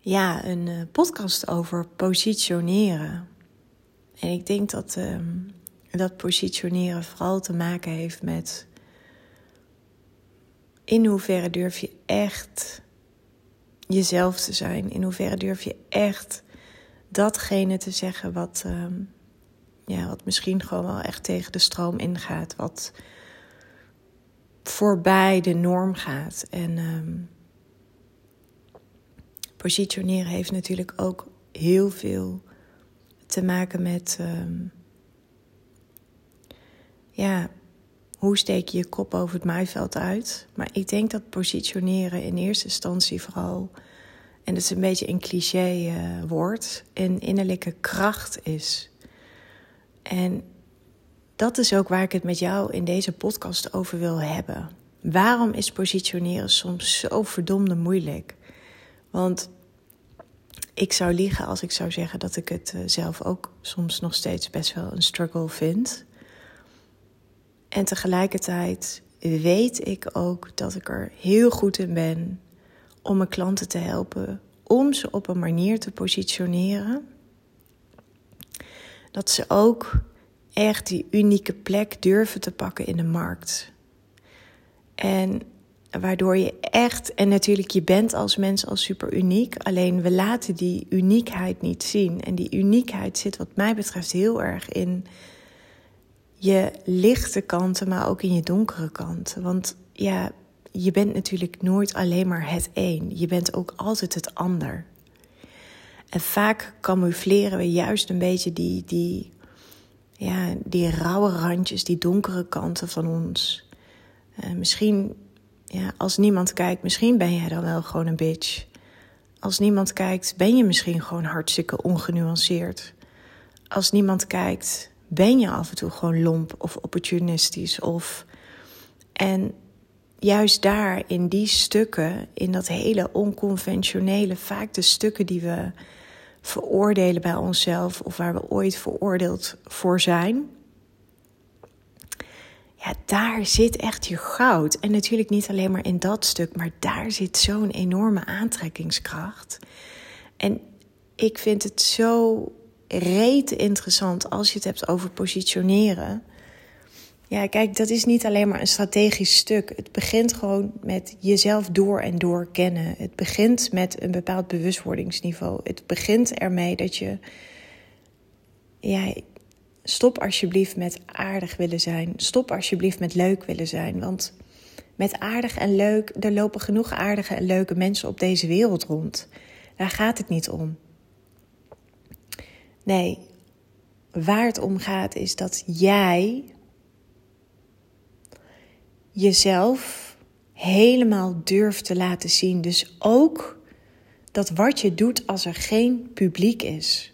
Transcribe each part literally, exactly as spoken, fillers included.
ja, een uh, podcast over positioneren. En ik denk dat, uh, dat positioneren vooral te maken heeft met in hoeverre durf je echt jezelf te zijn. In hoeverre durf je echt datgene te zeggen wat, uh, ja, wat misschien gewoon wel echt tegen de stroom ingaat. Wat voorbij de norm gaat. En um, positioneren heeft natuurlijk ook heel veel te maken met um, ja, hoe steek je je kop over het maaiveld uit. Maar ik denk dat positioneren in eerste instantie vooral, en dat is een beetje een cliché uh, woord, een innerlijke kracht is. En dat is ook waar ik het met jou in deze podcast over wil hebben. Waarom is positioneren soms zo verdomde moeilijk? Want ik zou liegen als ik zou zeggen dat ik het uh, zelf ook soms nog steeds best wel een struggle vind. En tegelijkertijd weet ik ook dat ik er heel goed in ben om mijn klanten te helpen, om ze op een manier te positioneren dat ze ook echt die unieke plek durven te pakken in de markt. En waardoor je echt, en natuurlijk je bent als mens al super uniek, alleen we laten die uniekheid niet zien. En die uniekheid zit wat mij betreft heel erg in je lichte kanten, maar ook in je donkere kanten. Want ja, je bent natuurlijk nooit alleen maar het een. Je bent ook altijd het ander. En vaak camoufleren we juist een beetje die, die, ja, die rauwe randjes, die donkere kanten van ons. Uh, misschien, ja, als niemand kijkt, misschien ben jij dan wel gewoon een bitch. Als niemand kijkt, ben je misschien gewoon hartstikke ongenuanceerd. Als niemand kijkt, ben je af en toe gewoon lomp of opportunistisch. Of... En juist daar, in die stukken, in dat hele onconventionele, vaak de stukken die we veroordelen bij onszelf of waar we ooit veroordeeld voor zijn, ja, daar zit echt je goud. En natuurlijk niet alleen maar in dat stuk, maar daar zit zo'n enorme aantrekkingskracht. En ik vind het zo rete interessant als je het hebt over positioneren. Ja, kijk, dat is niet alleen maar een strategisch stuk. Het begint gewoon met jezelf door en door kennen. Het begint met een bepaald bewustwordingsniveau. Het begint ermee dat je... Ja, stop alsjeblieft met aardig willen zijn. Stop alsjeblieft met leuk willen zijn. Want met aardig en leuk, er lopen genoeg aardige en leuke mensen op deze wereld rond. Daar gaat het niet om. Nee, waar het om gaat is dat jij jezelf helemaal durft te laten zien. Dus ook dat wat je doet als er geen publiek is.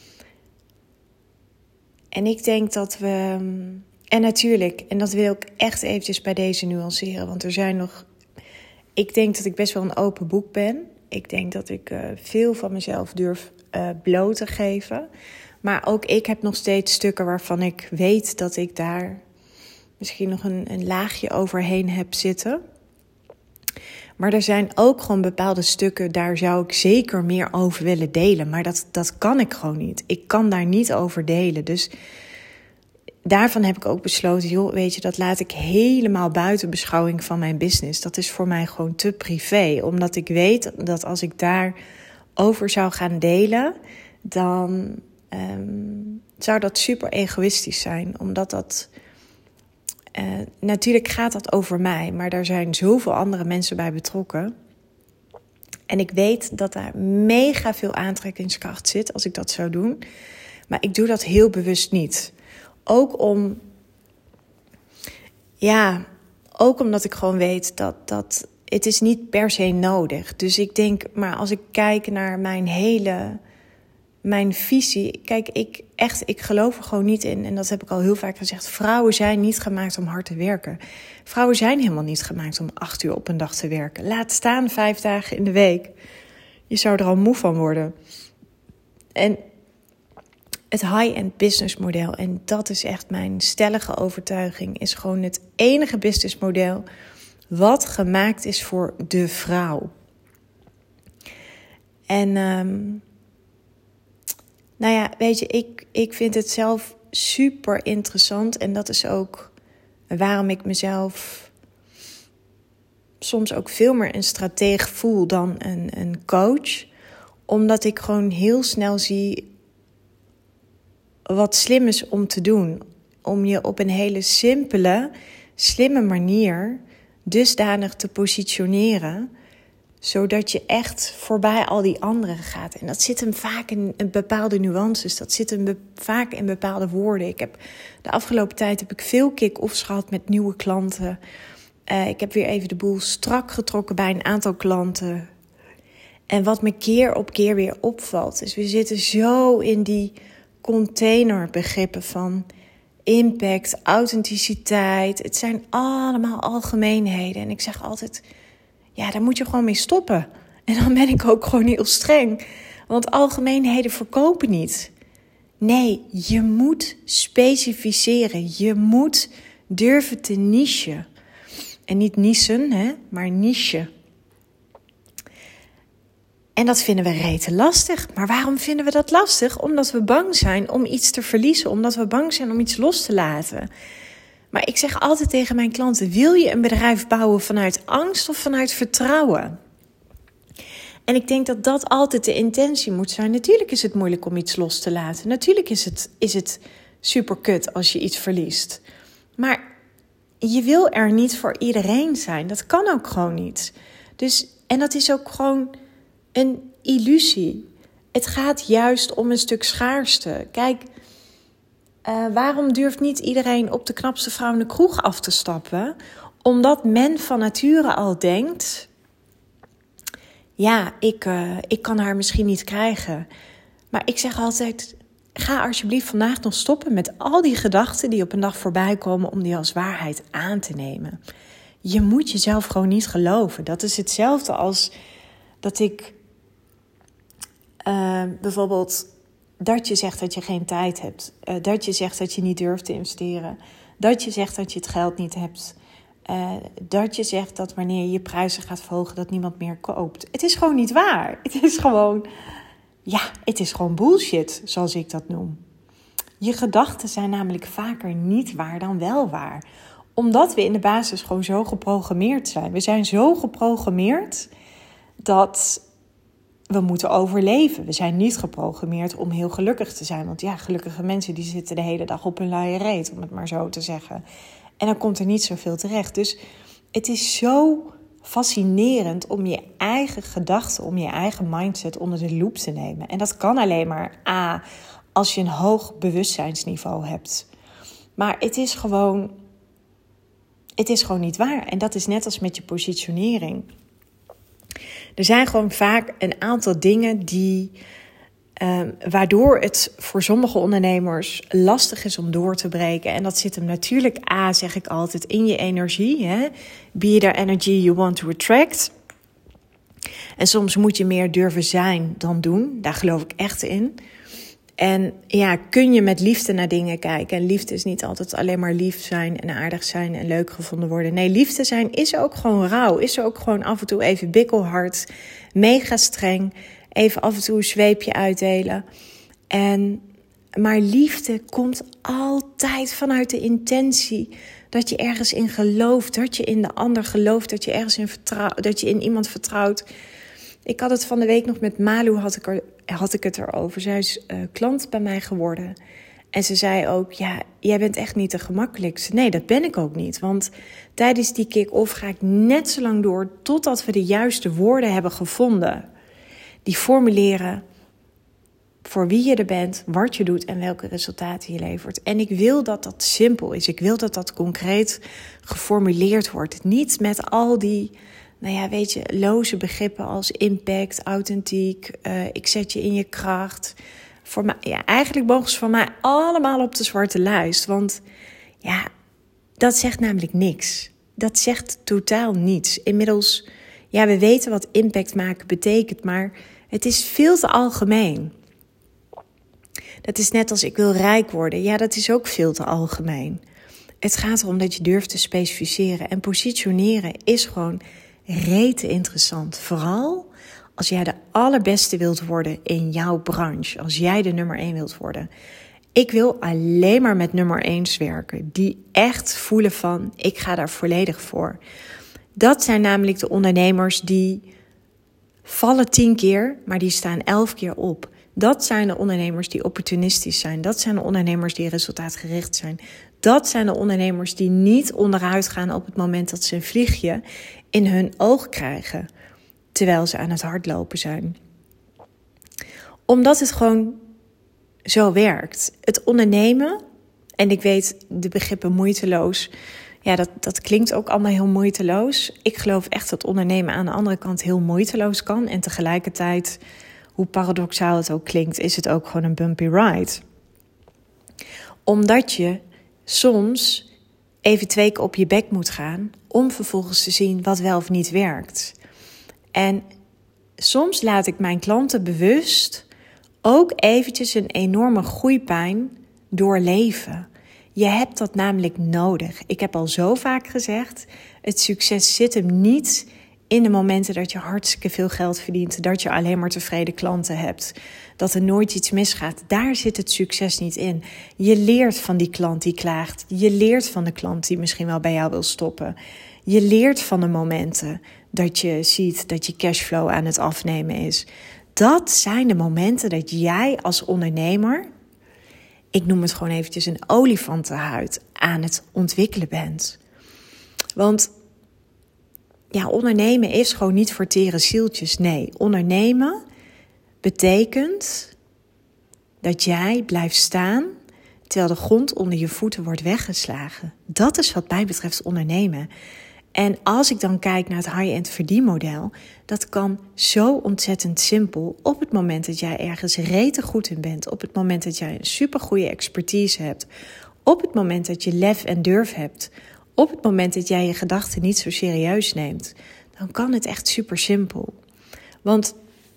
En ik denk dat we... En natuurlijk, en dat wil ik echt eventjes bij deze nuanceren. Want er zijn nog... Ik denk dat ik best wel een open boek ben. Ik denk dat ik uh, veel van mezelf durf uh, bloot te geven. Maar ook ik heb nog steeds stukken waarvan ik weet dat ik daar misschien nog een, een laagje overheen heb zitten. Maar er zijn ook gewoon bepaalde stukken, daar zou ik zeker meer over willen delen. Maar dat, dat kan ik gewoon niet. Ik kan daar niet over delen. Dus daarvan heb ik ook besloten, joh, weet je, dat laat ik helemaal buiten beschouwing van mijn business. Dat is voor mij gewoon te privé. Omdat ik weet dat als ik daar over zou gaan delen, dan um, zou dat super egoïstisch zijn. Omdat dat... Uh, natuurlijk gaat dat over mij, maar daar zijn zoveel andere mensen bij betrokken. En ik weet dat daar mega veel aantrekkingskracht zit als ik dat zou doen. Maar ik doe dat heel bewust niet. Ook om, ja, ook omdat ik gewoon weet dat, dat het is niet per se nodig. Dus ik denk, maar als ik kijk naar mijn hele, mijn visie. Kijk, ik echt, ik geloof er gewoon niet in. En dat heb ik al heel vaak gezegd. Vrouwen zijn niet gemaakt om hard te werken. Vrouwen zijn helemaal niet gemaakt om acht uur op een dag te werken. Laat staan vijf dagen in de week. Je zou er al moe van worden. En het high-end businessmodel, en dat is echt mijn stellige overtuiging, is gewoon het enige businessmodel wat gemaakt is voor de vrouw. En um, nou ja, weet je, ik, ik vind het zelf super interessant. En dat is ook waarom ik mezelf soms ook veel meer een strateeg voel dan een, een coach. Omdat ik gewoon heel snel zie wat slim is om te doen. Om je op een hele simpele, slimme manier dusdanig te positioneren, zodat je echt voorbij al die anderen gaat. En dat zit hem vaak in, in bepaalde nuances. Dat zit hem be- vaak in bepaalde woorden. Ik heb de afgelopen tijd heb ik veel kick-offs gehad met nieuwe klanten. Uh, ik heb weer even de boel strak getrokken bij een aantal klanten. En wat me keer op keer weer opvalt, is we zitten zo in die containerbegrippen van impact, authenticiteit. Het zijn allemaal algemeenheden. En ik zeg altijd, ja, daar moet je gewoon mee stoppen. En dan ben ik ook gewoon heel streng. Want algemeenheden verkopen niet. Nee, je moet specificeren. Je moet durven te nichen. En niet nichen, hè, maar niche. En dat vinden we rete lastig. Maar waarom vinden we dat lastig? Omdat we bang zijn om iets te verliezen. Omdat we bang zijn om iets los te laten. Maar ik zeg altijd tegen mijn klanten, wil je een bedrijf bouwen vanuit angst of vanuit vertrouwen? En ik denk dat dat altijd de intentie moet zijn. Natuurlijk is het moeilijk om iets los te laten. Natuurlijk is het, is het super kut als je iets verliest. Maar je wil er niet voor iedereen zijn. Dat kan ook gewoon niet. Dus, en dat is ook gewoon een illusie. Het gaat juist om een stuk schaarste. Kijk, uh, waarom durft niet iedereen op de knapste vrouw in de kroeg af te stappen? Omdat men van nature al denkt, ja, ik, uh, ik kan haar misschien niet krijgen. Maar ik zeg altijd, ga alsjeblieft vandaag nog stoppen met al die gedachten die op een dag voorbij komen om die als waarheid aan te nemen. Je moet jezelf gewoon niet geloven. Dat is hetzelfde als dat ik uh, bijvoorbeeld dat je zegt dat je geen tijd hebt. Uh, dat je zegt dat je niet durft te investeren. Dat je zegt dat je het geld niet hebt. Uh, dat je zegt dat wanneer je je prijzen gaat verhogen dat niemand meer koopt. Het is gewoon niet waar. Het is gewoon, ja, het is gewoon bullshit, zoals ik dat noem. Je gedachten zijn namelijk vaker niet waar dan wel waar. Omdat we in de basis gewoon zo geprogrammeerd zijn. We zijn zo geprogrammeerd dat we moeten overleven. We zijn niet geprogrammeerd om heel gelukkig te zijn. Want ja, gelukkige mensen die zitten de hele dag op hun luie reet, om het maar zo te zeggen. En dan komt er niet zoveel terecht. Dus het is zo fascinerend om je eigen gedachten, om je eigen mindset onder de loep te nemen. En dat kan alleen maar A, als je een hoog bewustzijnsniveau hebt. Maar het is gewoon, het is gewoon niet waar. En dat is net als met je positionering. Er zijn gewoon vaak een aantal dingen die, uh, waardoor het voor sommige ondernemers lastig is om door te breken. En dat zit hem natuurlijk, A, zeg ik altijd, in je energie. Hè? Be the energy you want to attract. En soms moet je meer durven zijn dan doen. Daar geloof ik echt in. En ja, kun je met liefde naar dingen kijken. En liefde is niet altijd alleen maar lief zijn en aardig zijn en leuk gevonden worden. Nee, liefde zijn is ook gewoon rauw. Is ook gewoon af en toe even bikkelhard. Mega streng. Even af en toe een zweepje uitdelen. En, maar liefde komt altijd vanuit de intentie dat je ergens in gelooft. Dat je in de ander gelooft. Dat je ergens in vertrouwt. Dat je in iemand vertrouwt. Ik had het van de week nog met Malu, had ik, er, had ik het erover. Zij is uh, klant bij mij geworden. En ze zei ook, ja, jij bent echt niet de gemakkelijkste. Nee, dat ben ik ook niet. Want tijdens die kick-off ga ik net zo lang door totdat we de juiste woorden hebben gevonden. Die formuleren voor wie je er bent, wat je doet en welke resultaten je levert. En ik wil dat dat simpel is. Ik wil dat dat concreet geformuleerd wordt. Niet met al die, nou ja, weet je, loze begrippen als impact, authentiek, uh, ik zet je in je kracht. Voor mij, ja, eigenlijk mogen ze van mij allemaal op de zwarte lijst. Want ja, dat zegt namelijk niks. Dat zegt totaal niets. Inmiddels, ja, we weten wat impact maken betekent, maar het is veel te algemeen. Dat is net als ik wil rijk worden. Ja, dat is ook veel te algemeen. Het gaat erom dat je durft te specificeren. En positioneren is gewoon rete interessant. Vooral als jij de allerbeste wilt worden in jouw branche, als jij de nummer één wilt worden, ik wil alleen maar met nummer ééns werken, die echt voelen van, ik ga daar volledig voor. Dat zijn namelijk de ondernemers die vallen tien keer, maar die staan elf keer op. Dat zijn de ondernemers die opportunistisch zijn. Dat zijn de ondernemers die resultaatgericht zijn. Dat zijn de ondernemers die niet onderuit gaan op het moment dat ze een vliegje in hun oog krijgen, terwijl ze aan het hardlopen zijn. Omdat het gewoon zo werkt. Het ondernemen, en ik weet de begrippen moeiteloos, ja, dat, dat klinkt ook allemaal heel moeiteloos. Ik geloof echt dat ondernemen aan de andere kant heel moeiteloos kan. En tegelijkertijd, hoe paradoxaal het ook klinkt, is het ook gewoon een bumpy ride. Omdat je soms even twee keer op je bek moet gaan om vervolgens te zien wat wel of niet werkt. En soms laat ik mijn klanten bewust ook eventjes een enorme groeipijn doorleven. Je hebt dat namelijk nodig. Ik heb al zo vaak gezegd, het succes zit hem niet in de momenten dat je hartstikke veel geld verdient, dat je alleen maar tevreden klanten hebt, dat er nooit iets misgaat. Daar zit het succes niet in. Je leert van die klant die klaagt. Je leert van de klant die misschien wel bij jou wil stoppen. Je leert van de momenten dat je ziet dat je cashflow aan het afnemen is. Dat zijn de momenten dat jij als ondernemer, ik noem het gewoon eventjes een olifantenhuid, aan het ontwikkelen bent. Want ja, ondernemen is gewoon niet voor tere zieltjes. Nee, ondernemen betekent dat jij blijft staan terwijl de grond onder je voeten wordt weggeslagen. Dat is wat mij betreft ondernemen. En als ik dan kijk naar het high-end verdienmodel, dat kan zo ontzettend simpel. Op het moment dat jij ergens rete goed in bent, op het moment dat jij een supergoeie expertise hebt, op het moment dat je lef en durf hebt, op het moment dat jij je gedachten niet zo serieus neemt, dan kan het echt super simpel. Want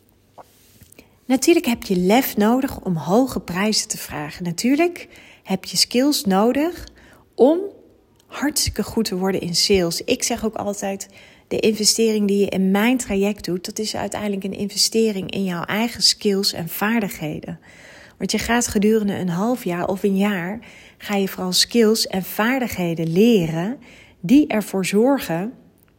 natuurlijk heb je lef nodig om hoge prijzen te vragen. Natuurlijk heb je skills nodig om hartstikke goed te worden in sales. Ik zeg ook altijd, de investering die je in mijn traject doet, dat is uiteindelijk een investering in jouw eigen skills en vaardigheden. Want je gaat gedurende een half jaar of een jaar, ga je vooral skills en vaardigheden leren die ervoor zorgen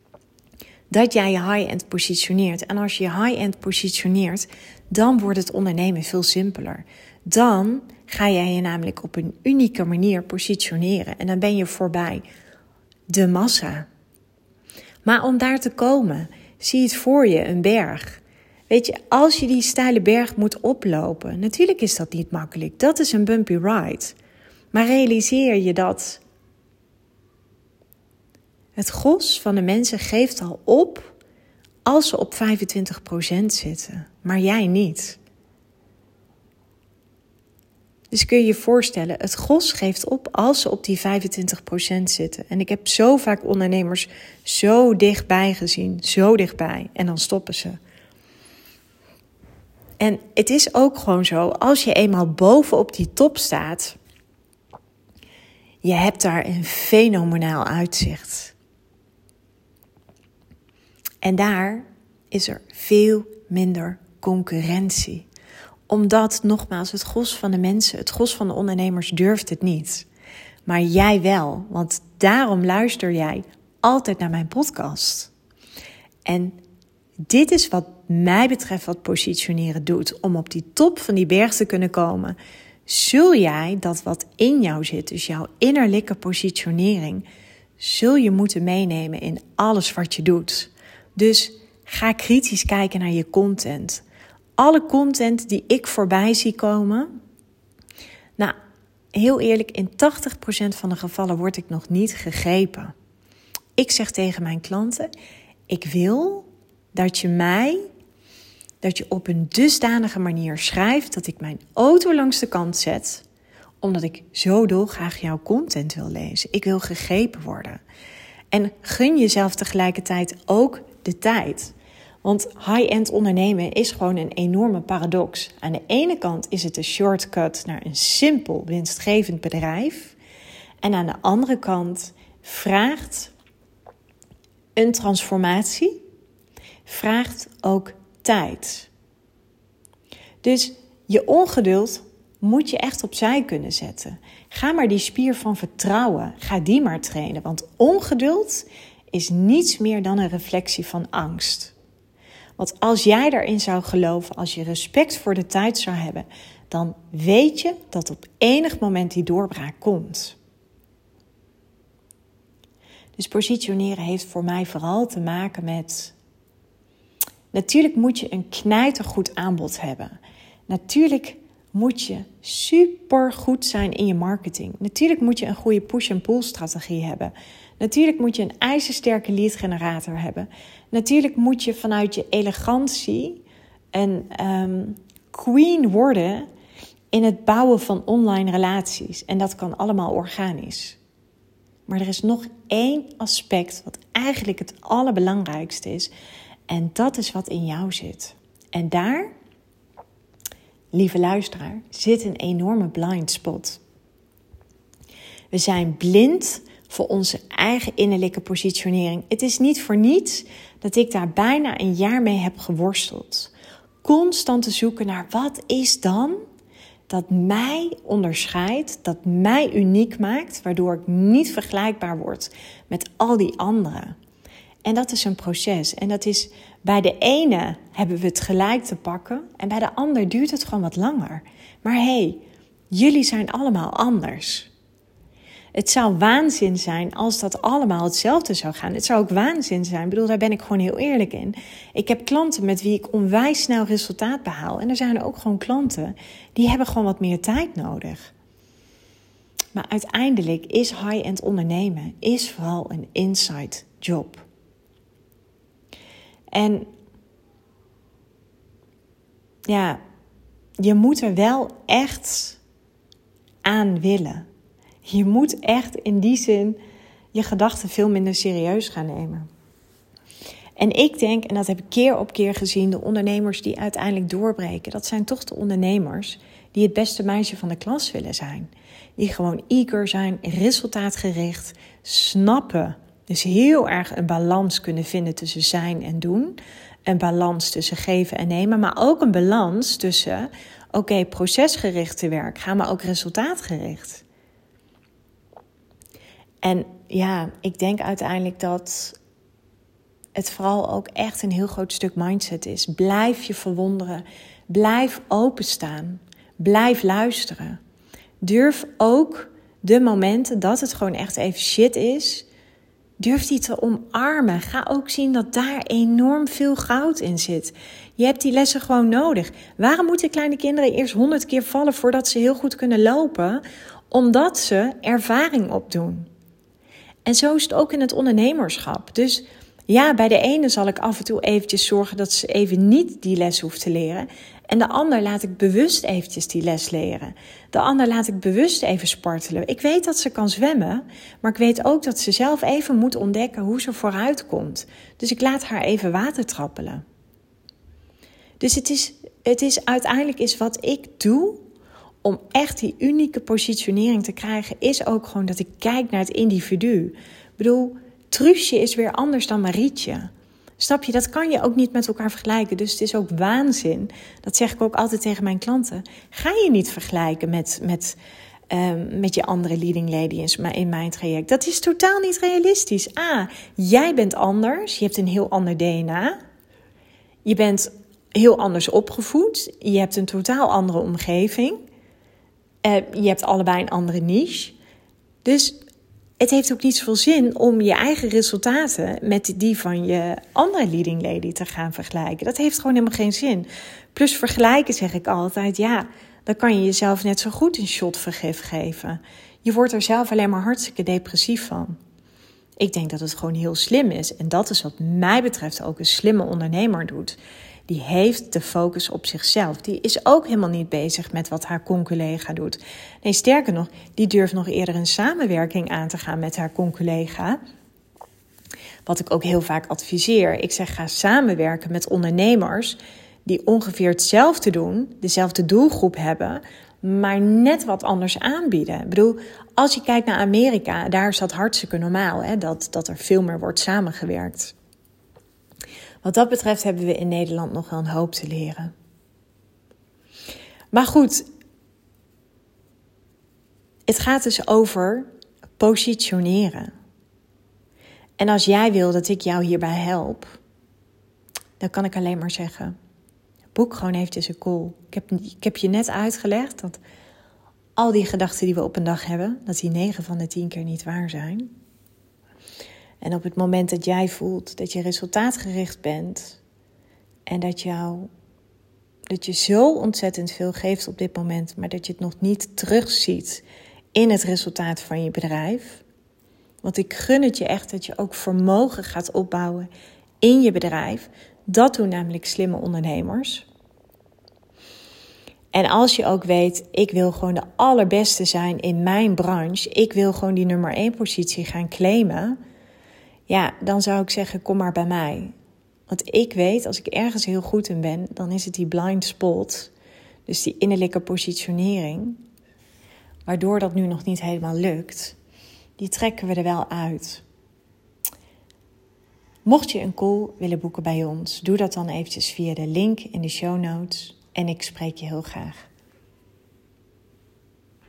dat jij je high-end positioneert. En als je je high-end positioneert, dan wordt het ondernemen veel simpeler. Dan ga jij je namelijk op een unieke manier positioneren. En dan ben je voorbij de massa. Maar om daar te komen, zie het voor je, een berg. Weet je, als je die steile berg moet oplopen, natuurlijk is dat niet makkelijk. Dat is een bumpy ride. Maar realiseer je dat het gros van de mensen geeft al op als ze op vijfentwintig procent zitten. Maar jij niet. Dus kun je je voorstellen, het gros geeft op als ze op die vijfentwintig procent zitten. En ik heb zo vaak ondernemers zo dichtbij gezien, zo dichtbij. En dan stoppen ze. En het is ook gewoon zo, als je eenmaal bovenop die top staat, je hebt daar een fenomenaal uitzicht. En daar is er veel minder concurrentie. Omdat, nogmaals, het gros van de mensen, het gros van de ondernemers durft het niet. Maar jij wel, want daarom luister jij altijd naar mijn podcast. En dit is wat mij betreft wat positioneren doet. Om op die top van die berg te kunnen komen, zul jij dat wat in jou zit, dus jouw innerlijke positionering, zul je moeten meenemen in alles wat je doet. Dus ga kritisch kijken naar je content. Alle content die ik voorbij zie komen, nou, heel eerlijk, in tachtig procent van de gevallen word ik nog niet gegrepen. Ik zeg tegen mijn klanten, ik wil dat je mij, dat je op een dusdanige manier schrijft dat ik mijn auto langs de kant zet, omdat ik zo dolgraag jouw content wil lezen. Ik wil gegrepen worden. En gun jezelf tegelijkertijd ook de tijd. Want high-end ondernemen is gewoon een enorme paradox. Aan de ene kant is het een shortcut naar een simpel winstgevend bedrijf. En aan de andere kant vraagt een transformatie, vraagt ook tijd. Dus je ongeduld moet je echt opzij kunnen zetten. Ga maar die spier van vertrouwen, ga die maar trainen. Want ongeduld is niets meer dan een reflectie van angst. Want als jij daarin zou geloven, als je respect voor de tijd zou hebben, dan weet je dat op enig moment die doorbraak komt. Dus positioneren heeft voor mij vooral te maken met... Natuurlijk moet je een knijtergoed aanbod hebben. Natuurlijk moet je super goed zijn in je marketing. Natuurlijk moet je een goede push-and-pull strategie hebben. Natuurlijk moet je een ijzersterke lead generator hebben. Natuurlijk moet je vanuit je elegantie een um, queen worden in het bouwen van online relaties. En dat kan allemaal organisch. Maar er is nog één aspect wat eigenlijk het allerbelangrijkste is. En dat is wat in jou zit. En daar, lieve luisteraar, zit een enorme blind spot. We zijn blind voor onze eigen innerlijke positionering. Het is niet voor niets dat ik daar bijna een jaar mee heb geworsteld. Constant te zoeken naar wat is dan dat mij onderscheidt, dat mij uniek maakt, waardoor ik niet vergelijkbaar word met al die anderen. En dat is een proces. En dat is, bij de ene hebben we het gelijk te pakken en bij de ander duurt het gewoon wat langer. Maar hé, hey, jullie zijn allemaal anders. Het zou waanzin zijn als dat allemaal hetzelfde zou gaan. Het zou ook waanzin zijn. Ik bedoel, daar ben ik gewoon heel eerlijk in. Ik heb klanten met wie ik onwijs snel resultaat behaal. En er zijn er ook gewoon klanten die hebben gewoon wat meer tijd nodig. Maar uiteindelijk is high-end ondernemen is vooral een inside job. En ja, je moet er wel echt aan willen. Je moet echt in die zin je gedachten veel minder serieus gaan nemen. En ik denk, en dat heb ik keer op keer gezien, de ondernemers die uiteindelijk doorbreken, dat zijn toch de ondernemers die het beste meisje van de klas willen zijn. Die gewoon eager zijn, resultaatgericht, snappen. Dus heel erg een balans kunnen vinden tussen zijn en doen. Een balans tussen geven en nemen, maar ook een balans tussen, oké, okay, procesgericht te werk, ga maar ook resultaatgericht. En ja, ik denk uiteindelijk dat het vooral ook echt een heel groot stuk mindset is. Blijf je verwonderen. Blijf openstaan. Blijf luisteren. Durf ook de momenten dat het gewoon echt even shit is, durf die te omarmen. Ga ook zien dat daar enorm veel goud in zit. Je hebt die lessen gewoon nodig. Waarom moeten kleine kinderen eerst honderd keer vallen voordat ze heel goed kunnen lopen? Omdat ze ervaring opdoen. En zo is het ook in het ondernemerschap. Dus ja, bij de ene zal ik af en toe eventjes zorgen dat ze even niet die les hoeft te leren. En de ander laat ik bewust eventjes die les leren. De ander laat ik bewust even spartelen. Ik weet dat ze kan zwemmen, maar ik weet ook dat ze zelf even moet ontdekken hoe ze vooruit komt. Dus ik laat haar even water trappelen. Dus het is, het is uiteindelijk is wat ik doe om echt die unieke positionering te krijgen, is ook gewoon dat ik kijk naar het individu. Ik bedoel, Truusje is weer anders dan Marietje. Snap je, dat kan je ook niet met elkaar vergelijken. Dus het is ook waanzin. Dat zeg ik ook altijd tegen mijn klanten. Ga je niet vergelijken met, met, um, met je andere leading lady in mijn traject. Dat is totaal niet realistisch. A, jij bent anders. Je hebt een heel ander D N A. Je bent heel anders opgevoed. Je hebt een totaal andere omgeving. Uh, je hebt allebei een andere niche. Dus het heeft ook niet zoveel zin om je eigen resultaten met die van je andere leading lady te gaan vergelijken. Dat heeft gewoon helemaal geen zin. Plus vergelijken zeg ik altijd, ja, dan kan je jezelf net zo goed een shot vergif geven. Je wordt er zelf alleen maar hartstikke depressief van. Ik denk dat het gewoon heel slim is. En dat is wat mij betreft ook een slimme ondernemer doet. Die heeft de focus op zichzelf. Die is ook helemaal niet bezig met wat haar conculega doet. Nee, sterker nog, die durft nog eerder een samenwerking aan te gaan met haar conculega. Wat ik ook heel vaak adviseer. Ik zeg, ga samenwerken met ondernemers die ongeveer hetzelfde doen, dezelfde doelgroep hebben, maar net wat anders aanbieden. Ik bedoel, als je kijkt naar Amerika, daar is dat hartstikke normaal, hè, dat, dat er veel meer wordt samengewerkt. Wat dat betreft hebben we in Nederland nog wel een hoop te leren. Maar goed, het gaat dus over positioneren. En als jij wil dat ik jou hierbij help, dan kan ik alleen maar zeggen, boek gewoon eventjes een call. Ik heb, ik heb je net uitgelegd dat al die gedachten die we op een dag hebben, dat die negen van de tien keer niet waar zijn. En op het moment dat jij voelt dat je resultaatgericht bent en dat, jou, dat je zo ontzettend veel geeft op dit moment, maar dat je het nog niet terugziet in het resultaat van je bedrijf. Want ik gun het je echt dat je ook vermogen gaat opbouwen in je bedrijf. Dat doen namelijk slimme ondernemers. En als je ook weet, ik wil gewoon de allerbeste zijn in mijn branche. Ik wil gewoon die nummer één positie gaan claimen. Ja, dan zou ik zeggen, kom maar bij mij. Want ik weet, als ik ergens heel goed in ben, dan is het die blind spot. Dus die innerlijke positionering. Waardoor dat nu nog niet helemaal lukt. Die trekken we er wel uit. Mocht je een call willen boeken bij ons, doe dat dan eventjes via de link in de show notes. En ik spreek je heel graag.